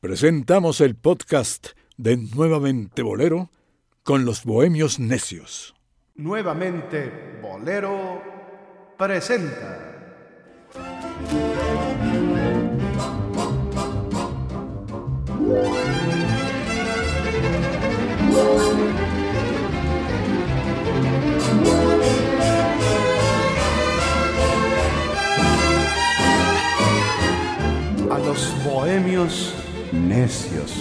Presentamos el podcast de Nuevamente Bolero con los Bohemios Necios. Nuevamente Bolero presenta. A los Bohemios Necios.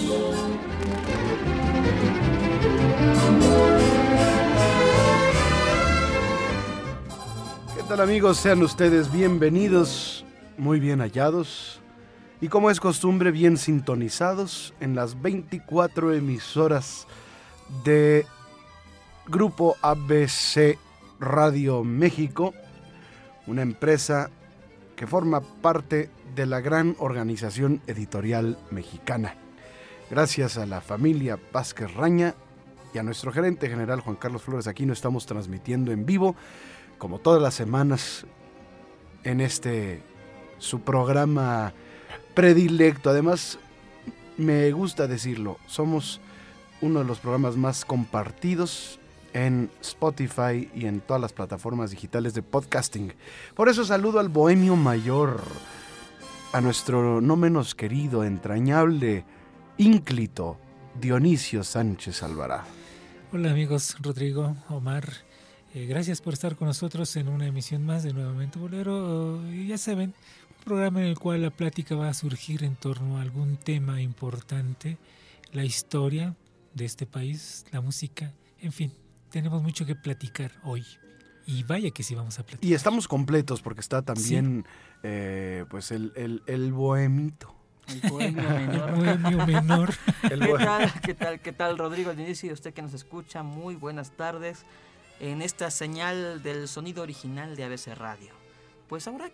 ¿Qué tal, amigos? Sean ustedes bienvenidos, muy bien hallados y, como es costumbre, bien sintonizados en las 24 emisoras de Grupo ABC Radio México, una empresa que forma parte de la gran organización editorial mexicana. Gracias a la familia Vázquez Raña y a nuestro gerente general Juan Carlos Flores Aquino estamos transmitiendo en vivo, como todas las semanas, en su programa predilecto. Además, me gusta decirlo, somos uno de los programas más compartidos en Spotify y en todas las plataformas digitales de podcasting. Por eso saludo al bohemio mayor, a nuestro no menos querido, entrañable, ínclito Dionisio Sánchez Alvarado. Hola, amigos, Rodrigo, Omar, gracias por estar con nosotros en una emisión más de Nuevamente Bolero. Ya saben, un programa en el cual la plática va a surgir en torno a algún tema importante, la historia de este país, la música, en fin. Tenemos mucho que platicar hoy. Y vaya que sí vamos a platicar. Y estamos completos porque está también pues el bohemito. El bohemio menor. El bohemio menor. ¿Qué tal, Rodrigo Dionisio? Usted que nos escucha, muy buenas tardes en esta señal del sonido original de ABC Radio. Pues ahora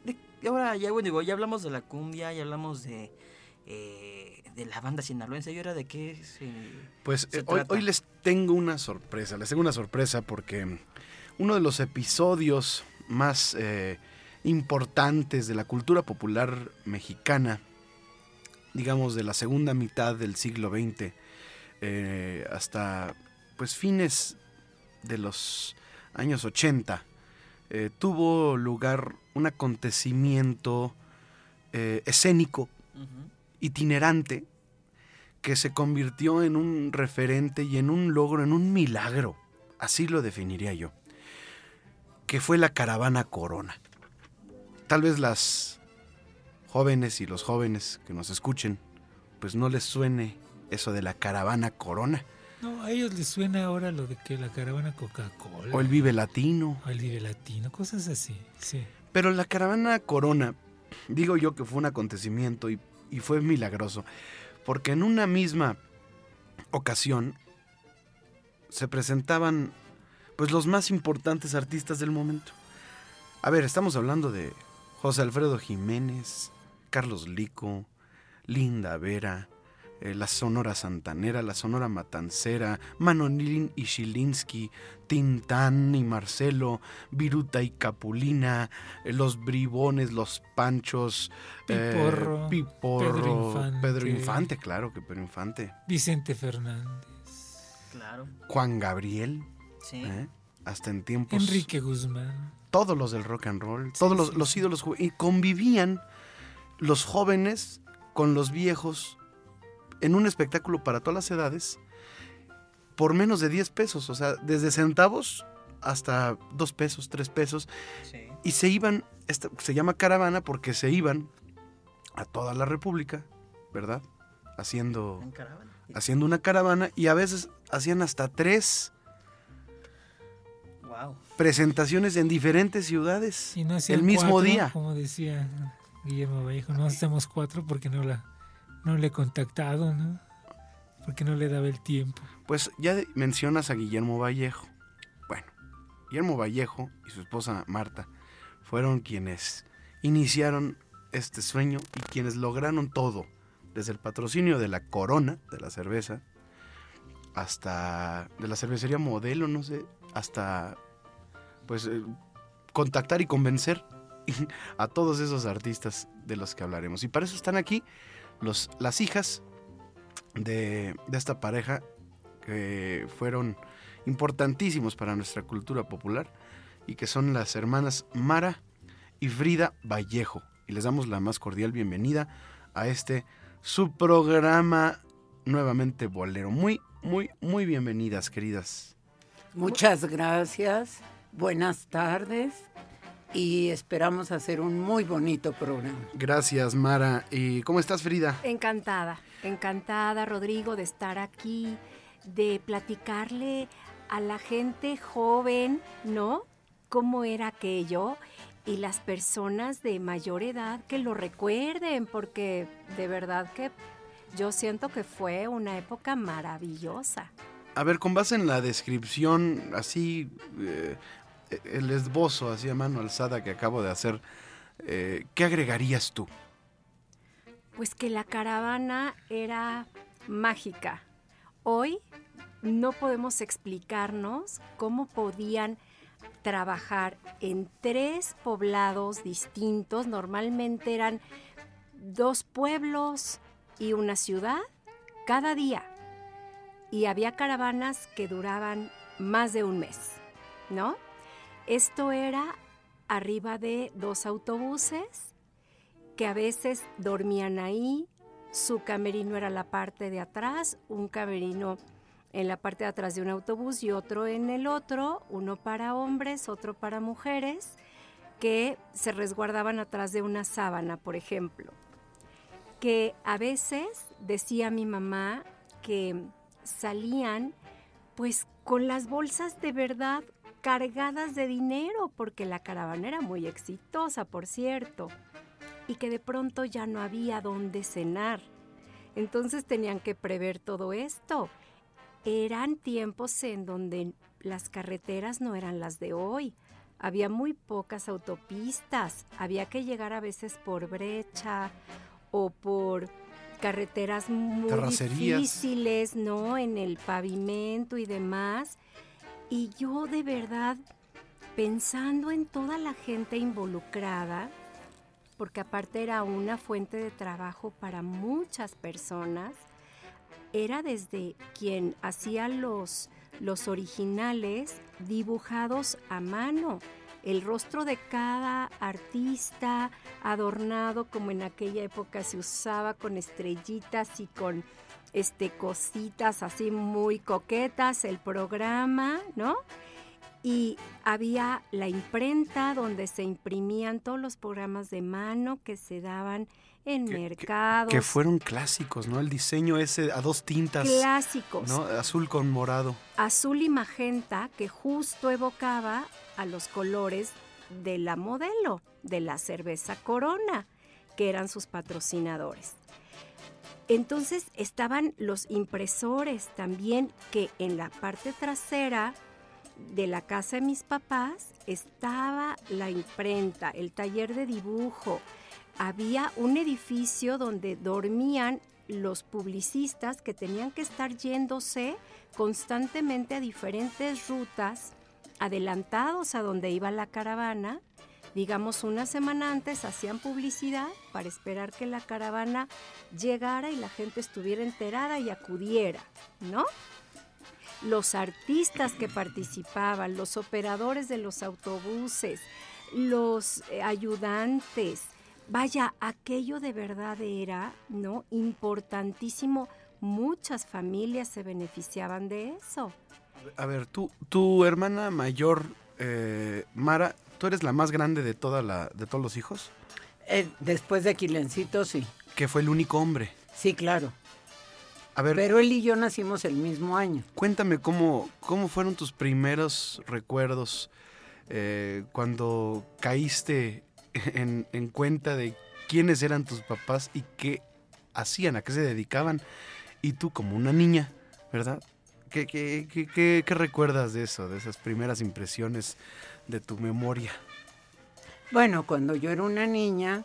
ya hablamos de la cumbia, ya hablamos de la banda sinaloense. ¿Y ahora de qué Pues hoy les tengo una sorpresa. Porque uno de los episodios más importantes de la cultura popular mexicana, digamos de la segunda mitad del siglo XX hasta pues fines de los años 80, tuvo lugar un acontecimiento escénico, itinerante, que se convirtió en un referente y en un logro, en un milagro, así lo definiría yo, que fue la Caravana Corona. Tal vez las jóvenes y los jóvenes que nos escuchen, pues no les suene eso de la Caravana Corona. No, a ellos les suena ahora lo de que la Caravana Coca-Cola. O el Vive Latino. Cosas así, sí. Pero la Caravana Corona, digo yo que fue un acontecimiento y fue milagroso, porque en una misma ocasión se presentaban pues los más importantes artistas del momento. A ver, estamos hablando de José Alfredo Jiménez, Carlos Lico, Linda Vera, la Sonora Santanera, la Sonora Matancera, Manolín y Shilinsky, Tintán y Marcelo, Viruta y Capulina, los Bribones, los Panchos, Piporro, Pedro Infante, claro que Pedro Infante, Vicente Fernández, claro, Juan Gabriel, sí, hasta en tiempos, Enrique Guzmán, todos los del rock and roll, todos los ídolos, y convivían los jóvenes con los viejos en un espectáculo para todas las edades por menos de 10 pesos, o sea, desde centavos hasta 2 pesos, 3 pesos. Sí. Y se iban, se llama caravana porque se iban a toda la República, ¿verdad? Haciendo una caravana, y a veces hacían hasta 3 presentaciones en diferentes ciudades, y no el mismo 4, día. Como decía Guillermo Vallejo, no hacemos 4 porque no le he contactado, ¿no? Porque no le daba el tiempo. Pues ya mencionas a Guillermo Vallejo. Bueno, Guillermo Vallejo y su esposa Marta fueron quienes iniciaron este sueño y quienes lograron todo, desde el patrocinio de la Corona, de la cerveza, hasta de la cervecería Modelo, no sé, hasta pues contactar y convencer a todos esos artistas de los que hablaremos. Y para eso están aquí las hijas de esta pareja que fueron importantísimos para nuestra cultura popular y que son las hermanas Mara y Frida Vallejo. Y les damos la más cordial bienvenida a su programa Nuevamente Bolero. Muy, muy, muy bienvenidas, queridas. Muchas gracias, buenas tardes y esperamos hacer un muy bonito programa. Gracias, Mara. ¿Y cómo estás, Frida? Encantada, Rodrigo, de estar aquí, de platicarle a la gente joven, ¿no? ¿Cómo era aquello? Y las personas de mayor edad que lo recuerden, porque de verdad que yo siento que fue una época maravillosa. A ver, con base en la descripción, así, el esbozo, así a mano alzada que acabo de hacer, ¿qué agregarías tú? Pues que la caravana era mágica. Hoy no podemos explicarnos cómo podían trabajar en 3 poblados distintos. Normalmente eran 2 pueblos y una ciudad cada día. Y había caravanas que duraban más de un mes, ¿no? Esto era arriba de 2 autobuses que a veces dormían ahí. Su camerino era la parte de atrás, un camerino en la parte de atrás de un autobús y otro en el otro, uno para hombres, otro para mujeres, que se resguardaban atrás de una sábana, por ejemplo. Que a veces, decía mi mamá, que salían pues con las bolsas de verdad cargadas de dinero, porque la caravana era muy exitosa, por cierto, y que de pronto ya no había dónde cenar. Entonces tenían que prever todo esto. Eran tiempos en donde las carreteras no eran las de hoy. Había muy pocas autopistas. Había que llegar a veces por brecha o por carreteras muy difíciles, ¿no? En el pavimento y demás. Y yo de verdad, pensando en toda la gente involucrada, porque aparte era una fuente de trabajo para muchas personas, era desde quien hacía los originales dibujados a mano, el rostro de cada artista adornado como en aquella época se usaba, con estrellitas y con cositas así muy coquetas, el programa, ¿no? Y había la imprenta donde se imprimían todos los programas de mano que se daban en mercados. Que fueron clásicos, ¿no? El diseño ese a 2 tintas. Clásicos. ¿No? Azul con morado. Azul y magenta, que justo evocaba a los colores de la Modelo, de la cerveza Corona, que eran sus patrocinadores. Entonces estaban los impresores también, que en la parte trasera de la casa de mis papás estaba la imprenta, el taller de dibujo. Había un edificio donde dormían los publicistas que tenían que estar yéndose constantemente a diferentes rutas, adelantados a donde iba la caravana. Digamos, una semana antes hacían publicidad para esperar que la caravana llegara y la gente estuviera enterada y acudiera, ¿no? Los artistas que participaban, los operadores de los autobuses, los ayudantes. Vaya, aquello de verdad era, ¿no?, importantísimo. Muchas familias se beneficiaban de eso. A ver, tu hermana mayor, Mara, ¿tú eres la más grande de todos los hijos? Después de Quilencito, sí. Que fue el único hombre. Sí, claro. A ver, pero él y yo nacimos el mismo año. Cuéntame cómo fueron tus primeros recuerdos cuando caíste en cuenta de quiénes eran tus papás y qué hacían, a qué se dedicaban. Y tú, como una niña, ¿verdad? ¿Qué recuerdas de eso, de esas primeras impresiones de tu memoria? Bueno, cuando yo era una niña,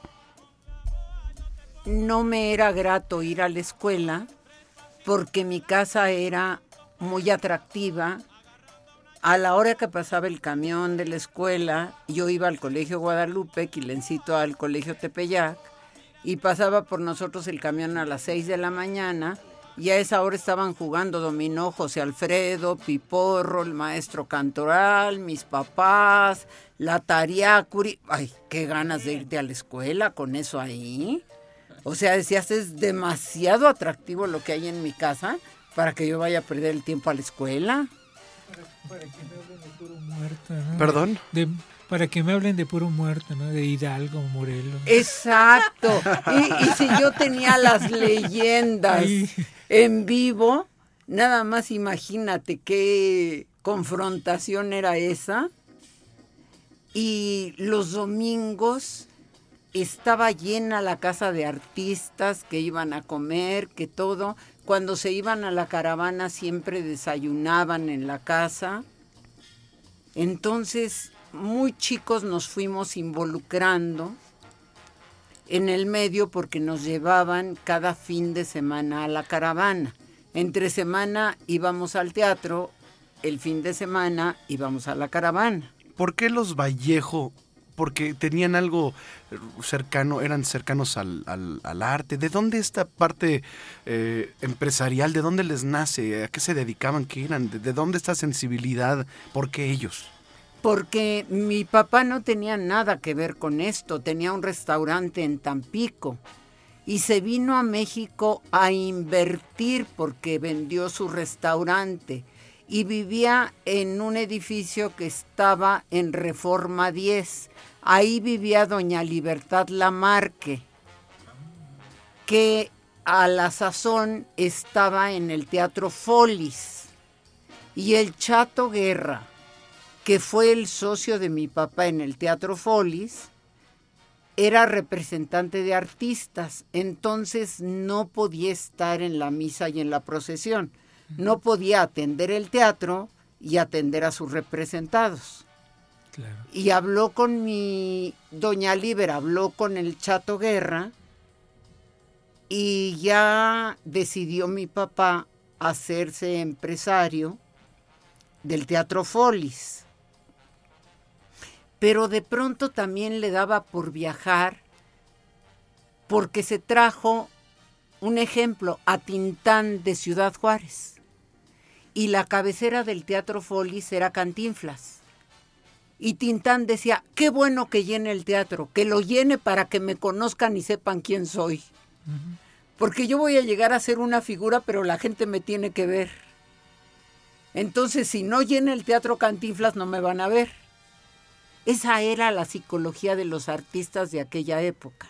no me era grato ir a la escuela porque mi casa era muy atractiva. A la hora que pasaba el camión de la escuela, yo iba al Colegio Guadalupe, Quilencito al Colegio Tepeyac, y pasaba por nosotros el camión a las 6 de la mañana, y a esa hora estaban jugando dominó José Alfredo, Piporro, el maestro Cantoral, mis papás, la Tariacuri. Ay, qué ganas de irte a la escuela con eso ahí. O sea, decías, es demasiado atractivo lo que hay en mi casa para que yo vaya a perder el tiempo a la escuela. Para que me hablen de puro muerto, ¿no? ¿Perdón? Para que me hablen de puro muerto, ¿no? De Hidalgo, Morelos. Exacto. Y si yo tenía las leyendas Ay. en vivo, nada más imagínate qué confrontación era esa. Y los domingos estaba llena la casa de artistas que iban a comer, que todo. Cuando se iban a la caravana siempre desayunaban en la casa. Entonces, muy chicos nos fuimos involucrando en el medio porque nos llevaban cada fin de semana a la caravana. Entre semana íbamos al teatro, el fin de semana íbamos a la caravana. ¿Por qué los Vallejo? Porque tenían algo cercano, eran cercanos al arte. ¿De dónde esta parte empresarial? ¿De dónde les nace? ¿A qué se dedicaban? ¿Qué eran? ¿De dónde esta sensibilidad? ¿Por qué ellos? Porque mi papá no tenía nada que ver con esto, tenía un restaurante en Tampico y se vino a México a invertir porque vendió su restaurante y vivía en un edificio que estaba en Reforma 10. Ahí vivía doña Libertad Lamarque, que a la sazón estaba en el Teatro Folis, y el Chato Guerra, que fue el socio de mi papá en el Teatro Folis, era representante de artistas, entonces no podía estar en la misa y en la procesión. No podía atender el teatro y atender a sus representados. Claro. Y habló con doña Libera, habló con el Chato Guerra, y ya decidió mi papá hacerse empresario del Teatro Folis. Pero de pronto también le daba por viajar, porque se trajo, un ejemplo, a Tintán de Ciudad Juárez. Y la cabecera del Teatro Folis era Cantinflas. Y Tintán decía, qué bueno que llene el teatro, que lo llene para que me conozcan y sepan quién soy. Uh-huh. Porque yo voy a llegar a ser una figura, pero la gente me tiene que ver. Entonces, si no llena el teatro Cantinflas, no me van a ver. Esa era la psicología de los artistas de aquella época.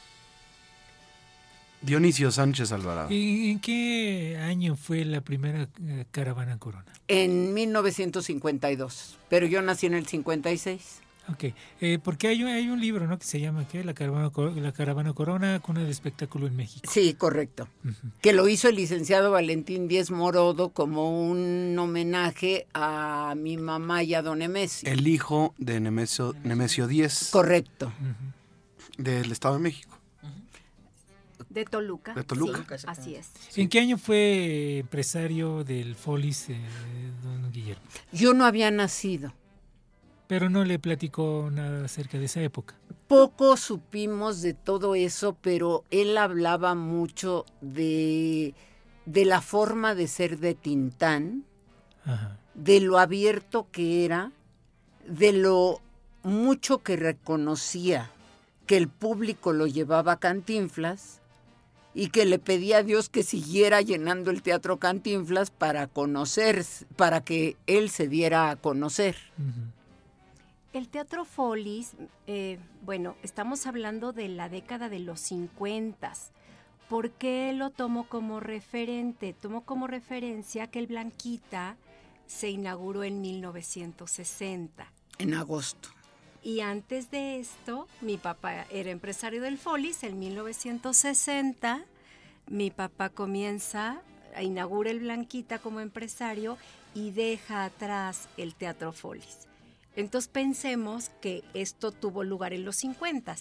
Dionisio Sánchez Alvarado. ¿Y en qué año fue la primera Caravana Corona? En 1952, pero yo nací en el 56. Ok, porque hay un libro, ¿no?, que se llama ¿qué? La Caravana Corona, cuna del espectáculo en México. Sí, correcto. Uh-huh. Que lo hizo el licenciado Valentín Díez Morodo como un homenaje a mi mamá y a don Nemesio. El hijo de Nemesio Díez. Correcto. Uh-huh. Del Estado de México. De Toluca. De Toluca. Sí, así es. ¿En qué año fue empresario del Folis, don Guillermo? Yo no había nacido. Pero no le platicó nada acerca de esa época. Poco supimos de todo eso, pero él hablaba mucho de la forma de ser de Tintán, ajá, de lo abierto que era, de lo mucho que reconocía que el público lo llevaba a Cantinflas y que le pedía a Dios que siguiera llenando el Teatro Cantinflas para que él se diera a conocer. Uh-huh. El Teatro Folis, bueno, estamos hablando de la década de los 50. ¿Por qué lo tomo como referente? Tomo como referencia que el Blanquita se inauguró en 1960. En agosto. Y antes de esto, mi papá era empresario del Folis en 1960. Mi papá inaugura el Blanquita como empresario y deja atrás el Teatro Folis. Entonces pensemos que esto tuvo lugar en los 50.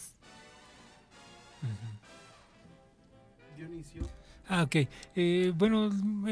Uh-huh. Dionisio. Ok. Bueno,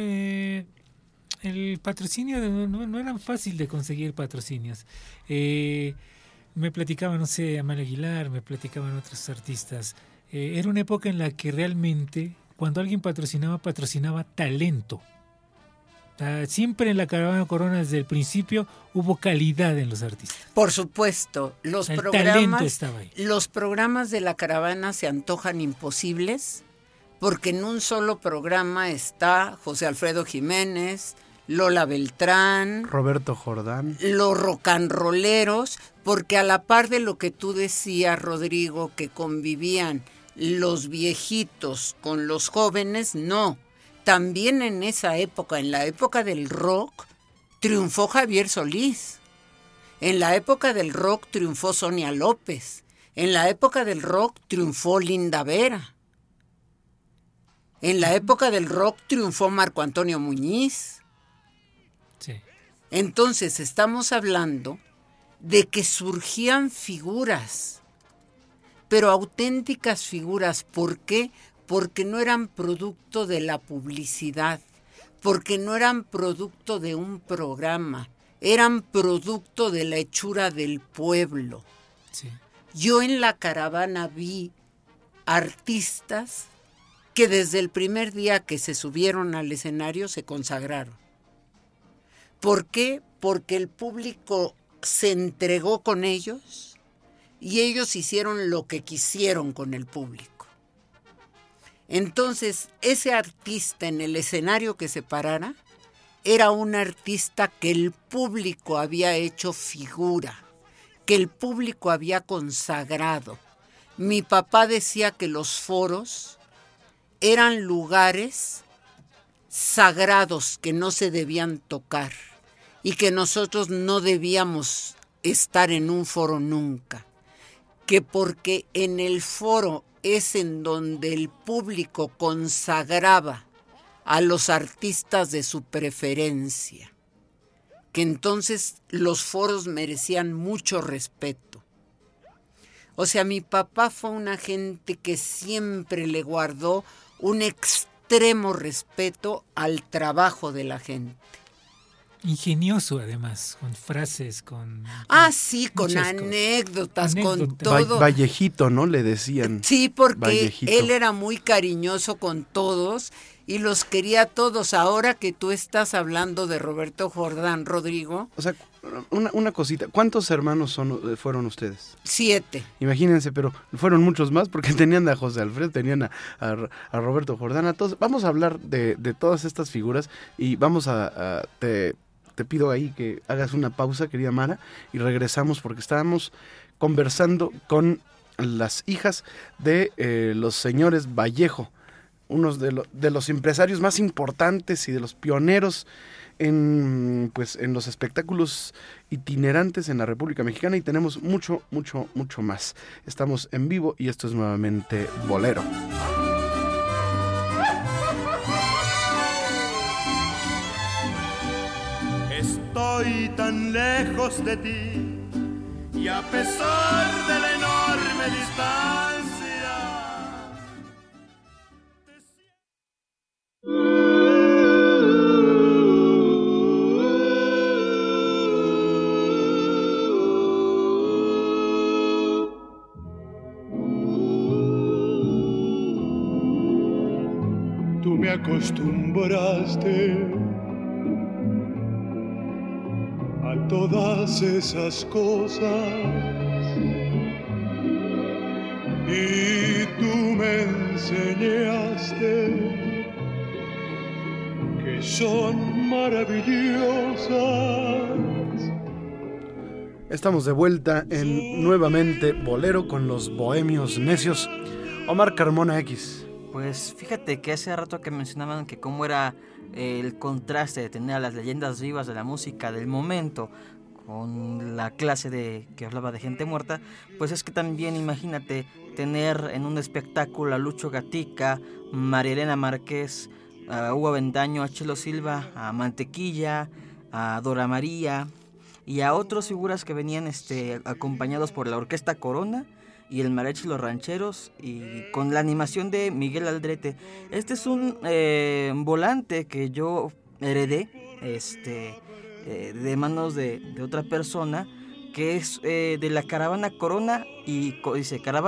el patrocinio no era fácil de conseguir patrocinios. Me platicaban, no sé, Amalia Aguilar, me platicaban otros artistas. era una época en la que realmente cuando alguien patrocinaba talento. Siempre en la Caravana Corona desde el principio hubo calidad en los artistas. Por supuesto, talento estaba ahí. Los programas de la Caravana se antojan imposibles porque en un solo programa está José Alfredo Jiménez, Lola Beltrán, Roberto Jordán, los rocanroleros, porque a la par de lo que tú decías, Rodrigo, que convivían los viejitos con los jóvenes, no. También en esa época, en la época del rock, triunfó Javier Solís. En la época del rock triunfó Sonia López. En la época del rock triunfó Linda Vera. En la época del rock triunfó Marco Antonio Muñiz. Sí. Entonces estamos hablando de que surgían figuras, pero auténticas figuras. ¿Por qué? Porque no eran producto de la publicidad, porque no eran producto de un programa, eran producto de la hechura del pueblo. Sí. Yo en la Caravana vi artistas que desde el primer día que se subieron al escenario se consagraron. ¿Por qué? Porque el público se entregó con ellos y ellos hicieron lo que quisieron con el público. Entonces, ese artista en el escenario que se parara era un artista que el público había hecho figura, que el público había consagrado. Mi papá decía que los foros eran lugares sagrados que no se debían tocar y que nosotros no debíamos estar en un foro nunca, que porque en el foro es en donde el público consagraba a los artistas de su preferencia, que entonces los foros merecían mucho respeto. O sea, mi papá fue una gente que siempre le guardó un extremo respeto al trabajo de la gente. Ingenioso además, con frases, con... Sí, con anécdotas, con Anécdotas. todo. Vallejito, ¿no? Le decían. Sí, porque Vallejito. él era muy cariñoso con todos y los quería a todos. Ahora que tú estás hablando de Roberto Jordán, Rodrigo. O sea, una cosita. ¿Cuántos hermanos fueron ustedes? 7. Imagínense, pero fueron muchos más porque tenían a José Alfredo, tenían a Roberto Jordán, a todos. Vamos a hablar de todas estas figuras y vamos te pido ahí que hagas una pausa, querida Mara, y regresamos porque estábamos conversando con las hijas de los señores Vallejo, unos de los empresarios más importantes y de los pioneros en los espectáculos itinerantes en la República Mexicana, y tenemos mucho, mucho, mucho más. Estamos en vivo y esto es nuevamente Bolero. Estoy tan lejos de ti y a pesar de la enorme distancia Tú me acostumbraste a todas esas cosas y tú me enseñaste que son maravillosas. Estamos de vuelta en nuevamente Bolero con los Bohemios Necios. Omar Carmona X. Pues fíjate que hace rato que mencionaban que cómo era el contraste de tener a las leyendas vivas de la música del momento con la clase que hablaba de gente muerta, pues es que también imagínate tener en un espectáculo a Lucho Gatica, María Elena Márquez, a Hugo Avendaño, a Chelo Silva, a Mantequilla, a Dora María y a otras figuras que venían acompañados por la Orquesta Corona y el Mariachi Los Rancheros, y con la animación de Miguel Aldrete. Este es un volante que yo heredé de manos de otra persona, que es de la Caravana Corona, y dice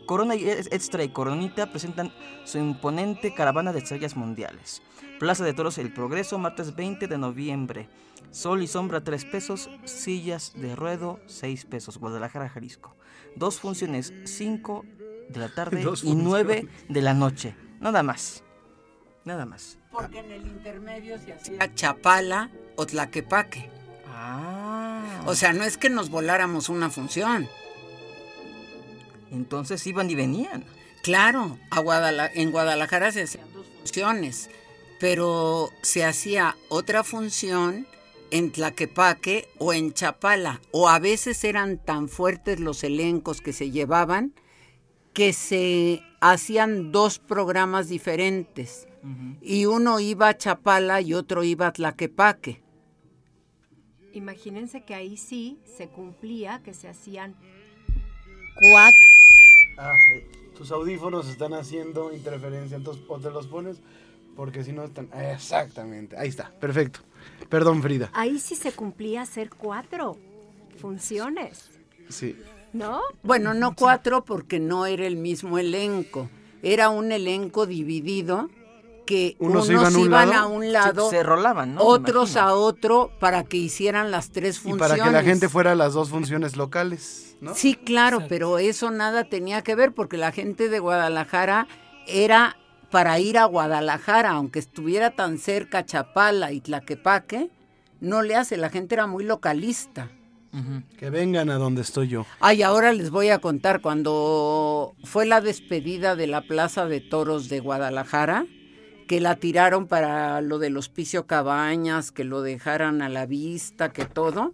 Corona Extra y Coronita presentan su imponente caravana de estrellas mundiales. Plaza de Toros El Progreso, martes 20 de noviembre. Sol y sombra 3 pesos, sillas de ruedo 6 pesos, Guadalajara, Jalisco. 2 funciones, 5 de la tarde y 9 de la noche. Nada más. Porque en el intermedio se hacía Chapala o Tlaquepaque. O sea, no es que nos voláramos una función. Entonces iban y venían. Claro, en Guadalajara se hacían 2 funciones, pero se hacía otra función en Tlaquepaque o en Chapala, o a veces eran tan fuertes los elencos que se llevaban que se hacían 2 programas diferentes, y uno iba a Chapala y otro iba a Tlaquepaque. Imagínense que ahí sí se cumplía que se hacían 4. Tus audífonos están haciendo interferencia, entonces o te los pones porque si no están... Exactamente, ahí está, perfecto. Perdón, Frida. Ahí sí se cumplía hacer 4 funciones. Sí. ¿No? Bueno, no 4 porque no era el mismo elenco. Era un elenco dividido que unos iban a un lado, se rolaban, ¿no? otros a otro para que hicieran las 3 funciones. Y para que la gente fuera a las 2 funciones locales, ¿no? Sí, claro, Exacto. pero eso nada tenía que ver porque la gente de Guadalajara era para ir a Guadalajara, aunque estuviera tan cerca Chapala y Tlaquepaque, no le hace, la gente era muy localista. Que vengan a donde estoy yo. Ay, ahora les voy a contar, cuando fue la despedida de la Plaza de Toros de Guadalajara, que la tiraron para lo del Hospicio Cabañas, que lo dejaran a la vista, que todo.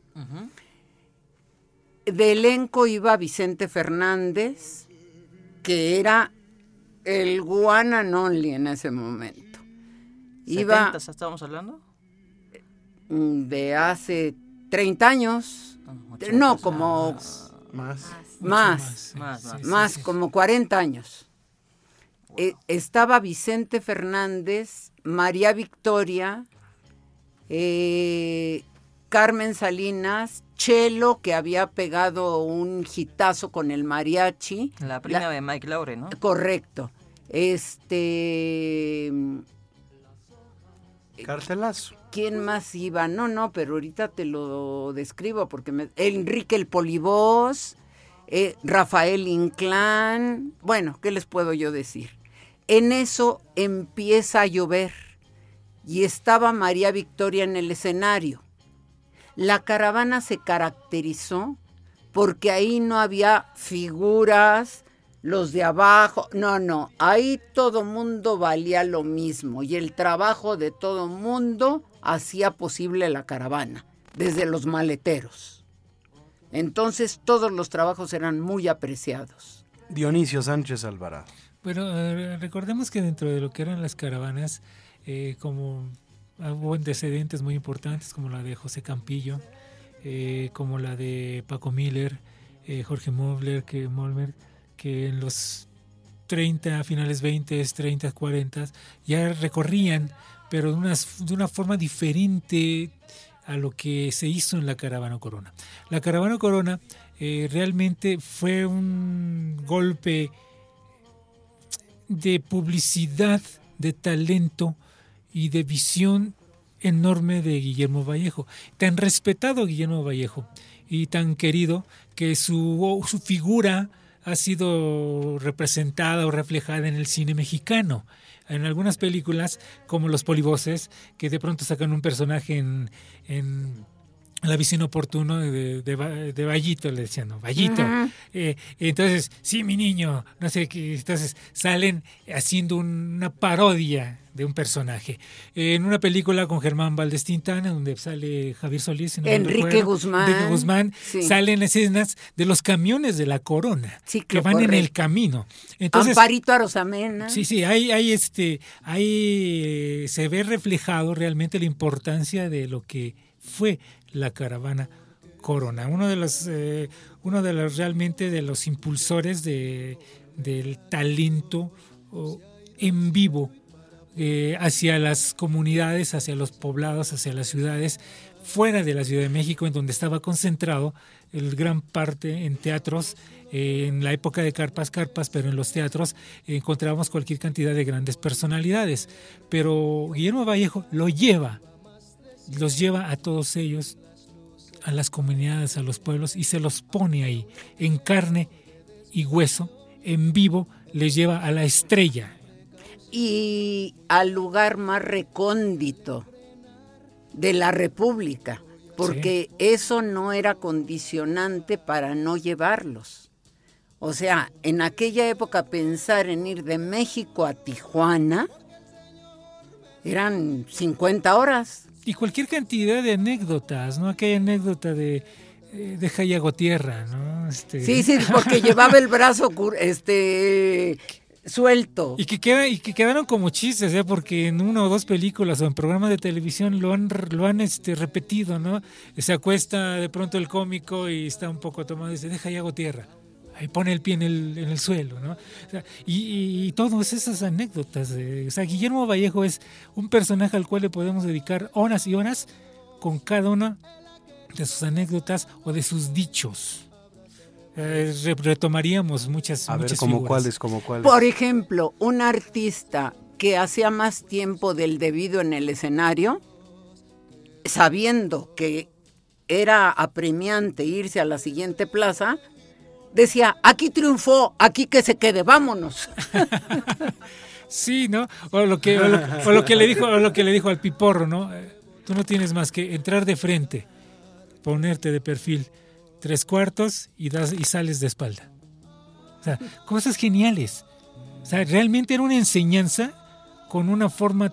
De elenco iba Vicente Fernández, que era el one and only en ese momento. Iba ¿70 estábamos hablando? de hace 30 años. No, como más, como 40 años. Estaba Vicente Fernández, María Victoria, Carmen Salinas, Chelo, que había pegado un hitazo con el mariachi. La prima de Mike Laure, ¿no? Correcto. Cartelazo. ¿Quién más iba? No, pero ahorita te lo describo porque Enrique el Polibós, Rafael Inclán, bueno, ¿qué les puedo yo decir? En eso empieza a llover y estaba María Victoria en el escenario. La caravana se caracterizó porque ahí no había figuras, los de abajo, no, ahí todo mundo valía lo mismo y el trabajo de todo mundo hacía posible la caravana, desde los maleteros. Entonces todos los trabajos eran muy apreciados. Dionisio Sánchez Alvarado. Bueno, recordemos que dentro de lo que eran las caravanas, como hubo antecedentes muy importantes, como la de José Campillo, como la de Paco Miller, Jorge Molmer, que en los 30, finales 20, 30, 40, ya recorrían, pero de una forma diferente a lo que se hizo en la Caravana Corona. La Caravana Corona realmente fue un golpe de publicidad, de talento y de visión enorme de Guillermo Vallejo. Tan respetado Guillermo Vallejo y tan querido que su figura ha sido representada o reflejada en el cine mexicano. En algunas películas, como Los Polivoces, que de pronto sacan un personaje en La visión oportuna de Vallito, le decían, ¿no? Vallito. Entonces, sí, mi niño, no sé qué. Entonces salen haciendo una parodia de un personaje. En una película con Germán Valdés Tintana, donde sale Javier Solís, si no Enrique Guzmán, sí. Salen escenas de los camiones de la Corona, sí, que van en el camino. Entonces, Amparito Arosamena. Sí, ahí se ve reflejado realmente la importancia de lo que fue la Caravana Corona. Uno de los realmente de los impulsores del talento en vivo hacia las comunidades, hacia los poblados, hacia las ciudades, fuera de la Ciudad de México, en donde estaba concentrado el gran parte en teatros. En la época de Carpas, pero en los teatros encontrábamos cualquier cantidad de grandes personalidades. Pero Guillermo Vallejo los lleva a todos ellos, a las comunidades, a los pueblos, y se los pone ahí, en carne y hueso, en vivo, les lleva a la estrella. Y al lugar más recóndito de la República, porque eso no era condicionante para no llevarlos. O sea, en aquella época pensar en ir de México a Tijuana eran 50 horas. Y cualquier cantidad de anécdotas, ¿no? Aquella anécdota de Jaya Hago Tierra, ¿no? Sí, porque llevaba el brazo suelto. Y que quedaron como chistes, porque en una o dos películas o en programas de televisión lo han repetido, ¿no? Se acuesta de pronto el cómico y está un poco tomado y dice, deja y hago tierra. Ahí pone el pie en el suelo, ¿no? O sea, y todas esas anécdotas. O sea, Guillermo Vallejo es un personaje al cual le podemos dedicar horas y horas con cada una de sus anécdotas o de sus dichos. Retomaríamos muchas ¿como figuras. cuáles? Por ejemplo, un artista que hacía más tiempo del debido en el escenario, sabiendo que era apremiante irse a la siguiente plaza, decía, aquí triunfó, aquí que se quede, vámonos. Sí, ¿no? O lo que le dijo al Piporro, ¿no? Tú no tienes más que entrar de frente, ponerte de perfil, 3/4 y sales de espalda. O sea, cosas geniales. O sea, realmente era una enseñanza con una forma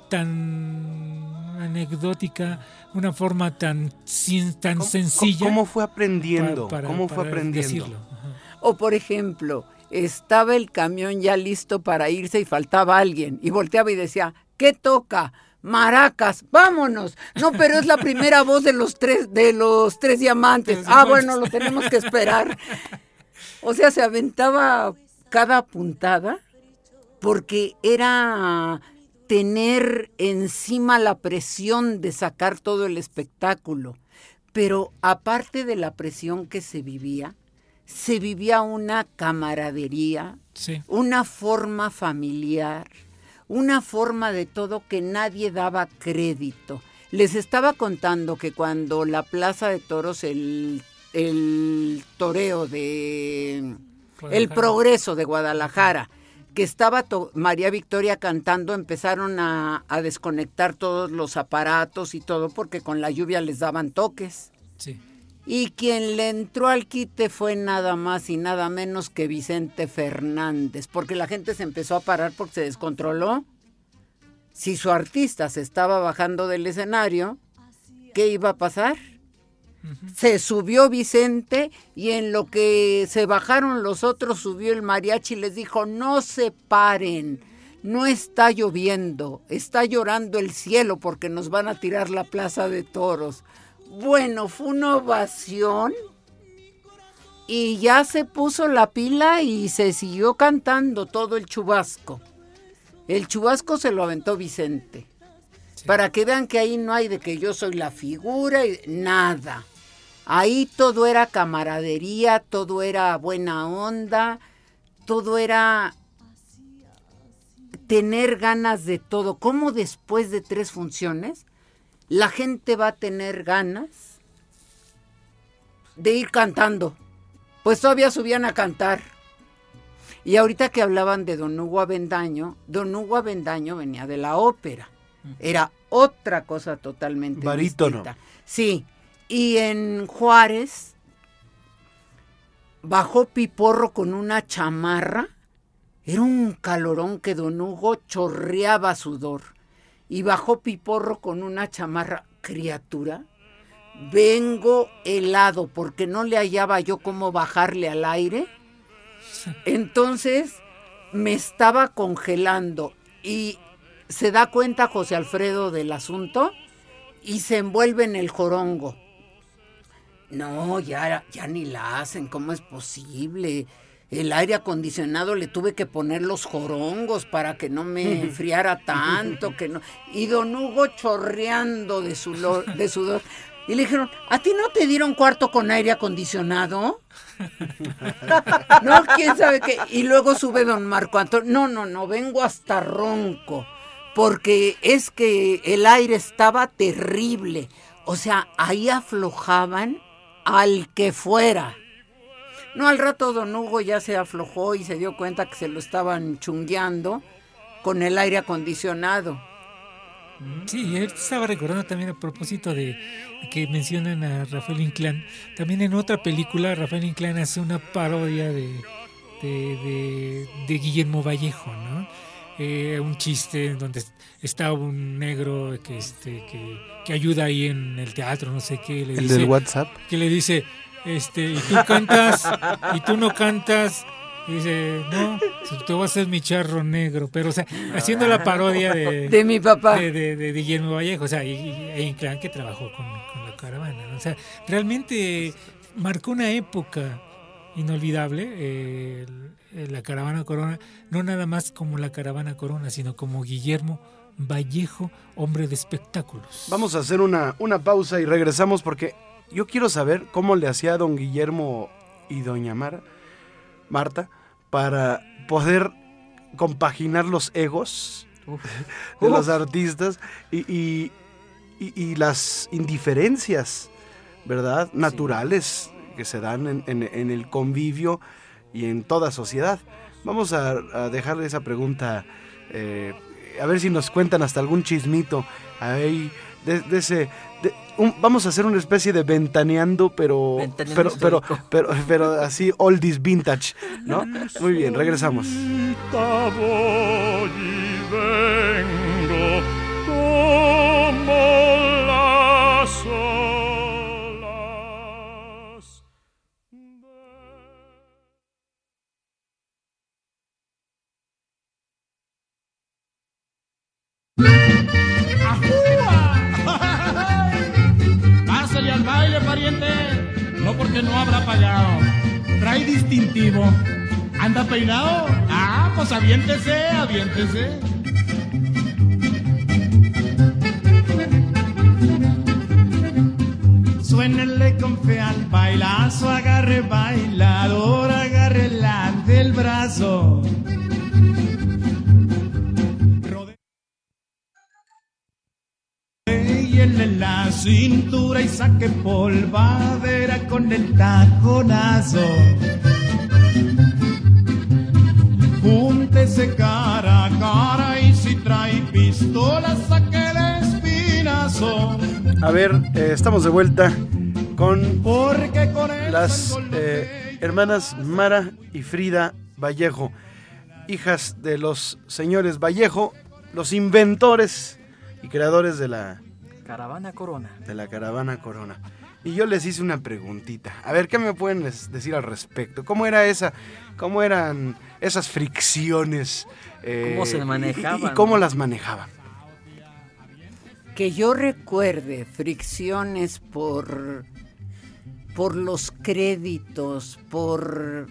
tan anecdótica, una forma tan sencilla. ¿Cómo fue aprendiendo? ¿Cómo fue aprendiendo? Decirlo. O por ejemplo, estaba el camión ya listo para irse y faltaba alguien. Y volteaba y decía, ¿qué toca? Maracas, vámonos. No, pero es la primera voz de los tres diamantes. Bueno, lo tenemos que esperar. O sea, se aventaba cada puntada porque era tener encima la presión de sacar todo el espectáculo. Pero aparte de la presión que se vivía una camaradería, una forma familiar, una forma de todo que nadie daba crédito. Les estaba contando que cuando la Plaza de Toros, el toreo de El Progreso de Guadalajara, que estaba María Victoria cantando, empezaron a desconectar todos los aparatos y todo porque con la lluvia les daban toques. Sí. Y quien le entró al quite fue nada más y nada menos que Vicente Fernández, porque la gente se empezó a parar porque se descontroló. Si su artista se estaba bajando del escenario, ¿qué iba a pasar? Se subió Vicente y en lo que se bajaron los otros subió el mariachi y les dijo, no se paren, no está lloviendo, está llorando el cielo porque nos van a tirar la Plaza de Toros. Bueno, fue una ovación y ya se puso la pila y se siguió cantando todo el chubasco. El chubasco se lo aventó Vicente. Sí. Para que vean que ahí no hay de que yo soy la figura, y nada. Ahí todo era camaradería, todo era buena onda, todo era tener ganas de todo. ¿Cómo después de 3 funciones la gente va a tener ganas de ir cantando? Pues todavía subían a cantar. Y ahorita que hablaban de Don Hugo Avendaño venía de la ópera. Era otra cosa totalmente barítono. Distinta. Sí, y en Juárez bajó Piporro con una chamarra. Era un calorón que Don Hugo chorreaba sudor. Y bajó Piporro con una chamarra. Criatura, vengo helado porque no le hallaba yo cómo bajarle al aire. Entonces me estaba congelando y se da cuenta José Alfredo del asunto y se envuelve en el jorongo. No, ya ni la hacen, ¿cómo es posible? el aire acondicionado le tuve que poner los jorongos para que no me enfriara tanto, que no. Y don Hugo chorreando de sudor. Y le dijeron, ¿a ti no te dieron cuarto con aire acondicionado? No, quién sabe qué. Y luego sube don Marco Antonio. No, vengo hasta ronco. Porque es que el aire estaba terrible. O sea, ahí aflojaban al que fuera. No, al rato don Hugo ya se aflojó y se dio cuenta que se lo estaban chungueando con el aire acondicionado. Sí, estaba recordando también a propósito de que mencionan a Rafael Inclán. También en otra película Rafael Inclán hace una parodia de Guillermo Vallejo, ¿no? Un chiste donde está un negro que ayuda ahí en el teatro, no sé qué. Le dice, del WhatsApp. Que le dice, y tú cantas, y tú no cantas. Y dice, no, te voy a hacer mi charro negro. Pero, o sea, haciendo la parodia de mi papá. De Guillermo Vallejo, o sea, e Inclán que trabajó con la caravana, ¿no? O sea, realmente marcó una época inolvidable la caravana Corona, no nada más como la caravana Corona, sino como Guillermo Vallejo, hombre de espectáculos. Vamos a hacer una pausa y regresamos porque yo quiero saber cómo le hacía don Guillermo y doña Marta para poder compaginar los egos de los artistas y las indiferencias, ¿verdad? Naturales que se dan en el convivio y en toda sociedad. Vamos a dejarle esa pregunta, a ver si nos cuentan hasta algún chismito ahí vamos a hacer una especie de ventaneando, pero así oldies vintage, ¿no? Muy bien, regresamos. Voy y vengo como las olas. Pásale al baile, pariente, no porque no habrá pagado. Trae distintivo. ¿Anda peinado? Ah, pues aviéntese. Suénele con fe al bailazo, agarre bailador, agárrela del brazo. En la cintura y saque polvadera con el taconazo. Júntese cara a cara y si trae pistola saque el espinazo. A ver, estamos de vuelta con las hermanas Mara y Frida Vallejo, hijas de los señores Vallejo, los inventores y creadores de la Caravana Corona. De la Caravana Corona. Y yo les hice una preguntita. A ver, ¿qué me pueden decir al respecto? ¿Cómo eran esas fricciones? ¿Cómo se manejaban? ¿Y cómo las manejaban? Que yo recuerde fricciones por los créditos, por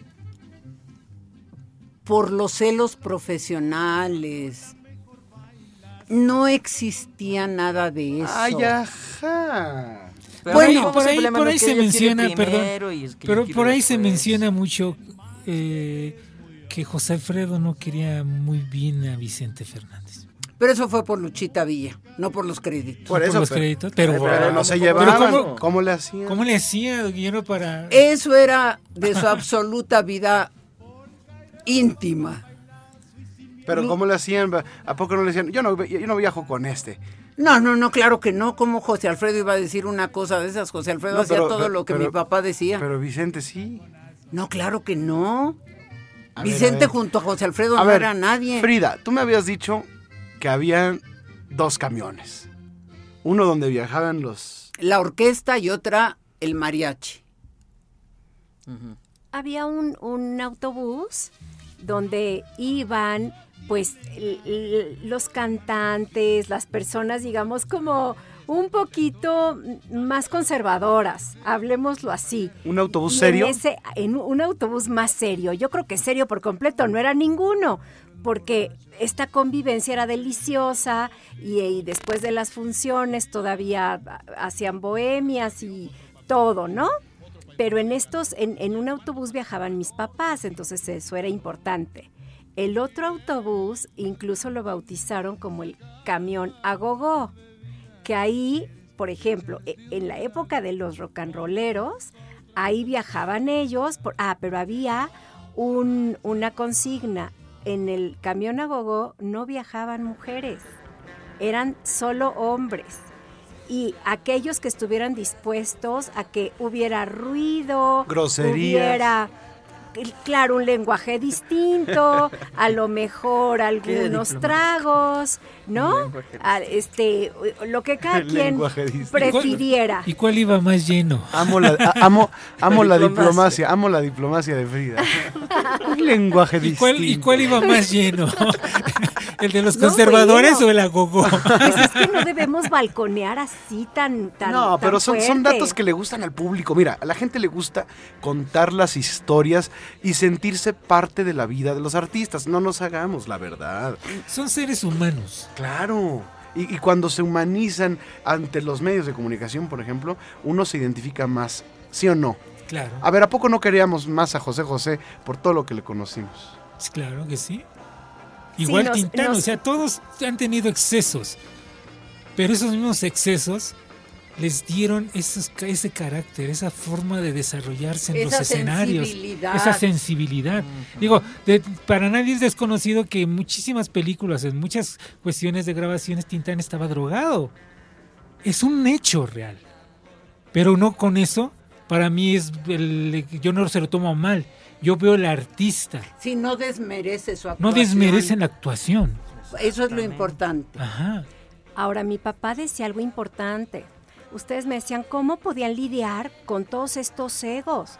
los celos profesionales. No existía nada de eso. ¡Ay, ajá! Pero bueno, por ahí se menciona, pero por ahí se menciona mucho que José Alfredo no quería muy bien a Vicente Fernández. Pero eso fue por Luchita Villa, no por los créditos. Por eso, los créditos, pero no se llevaban. ¿Cómo le hacían? ¿Cómo le hacía Guillermo para...? Eso era de su absoluta vida íntima. Pero ¿cómo le hacían? ¿A poco no le decían? Yo no viajo con este. No, claro que no. ¿Cómo José Alfredo iba a decir una cosa de esas? José Alfredo hacía todo lo que mi papá decía. Pero Vicente sí. No, claro que no. Vicente junto a José Alfredo no era nadie. Frida, tú me habías dicho que había 2 camiones. Uno donde viajaban la orquesta y otra el mariachi. Uh-huh. Había un autobús donde iban pues los cantantes, las personas, digamos, como un poquito más conservadoras, hablemoslo así. ¿Un autobús Y serio? En un autobús más serio. Yo creo que serio por completo no era ninguno, porque esta convivencia era deliciosa y después de las funciones todavía hacían bohemias y todo, ¿no? Pero en un autobús viajaban mis papás, entonces eso era importante. El otro autobús incluso lo bautizaron como el camión agogó, que ahí, por ejemplo, en la época de los rock and rolleros, ahí viajaban ellos, pero había una consigna. En el camión agogó no viajaban mujeres, eran solo hombres. Y aquellos que estuvieran dispuestos a que hubiera ruido, groserías, hubiera, claro, un lenguaje distinto, a lo mejor algunos tragos, ¿no? Lo que cada quien prefiriera. ¿Y cuál iba más lleno? Amo la diplomacia de Frida. Un lenguaje distinto. ¿Y cuál iba más lleno? ¿El de los conservadores o el agogó? Pues es que no debemos balconear así tan No, pero son fuerte. datos que le gustan al público. Mira, a la gente le gusta contar las historias y sentirse parte de la vida de los artistas. No nos hagamos, la verdad. Son seres humanos. Claro. Y cuando se humanizan ante los medios de comunicación, por ejemplo, uno se identifica más, ¿sí o no? Claro. A ver, ¿a poco no queríamos más a José José por todo lo que le conocimos? Claro que sí. Igual Tintán, o sea, todos han tenido excesos, pero esos mismos excesos les dieron ese carácter, esa forma de desarrollarse en los escenarios, esa sensibilidad. Digo, para nadie es desconocido que en muchísimas películas, en muchas cuestiones de grabaciones, Tintán estaba drogado. Es un hecho real, pero no con eso. Para mí yo no se lo tomo mal. Yo veo al artista. Si no desmerece su actuación. No desmerecen la actuación. Eso es lo importante. Ajá. Ahora, mi papá decía algo importante. Ustedes me decían, ¿cómo podían lidiar con todos estos egos?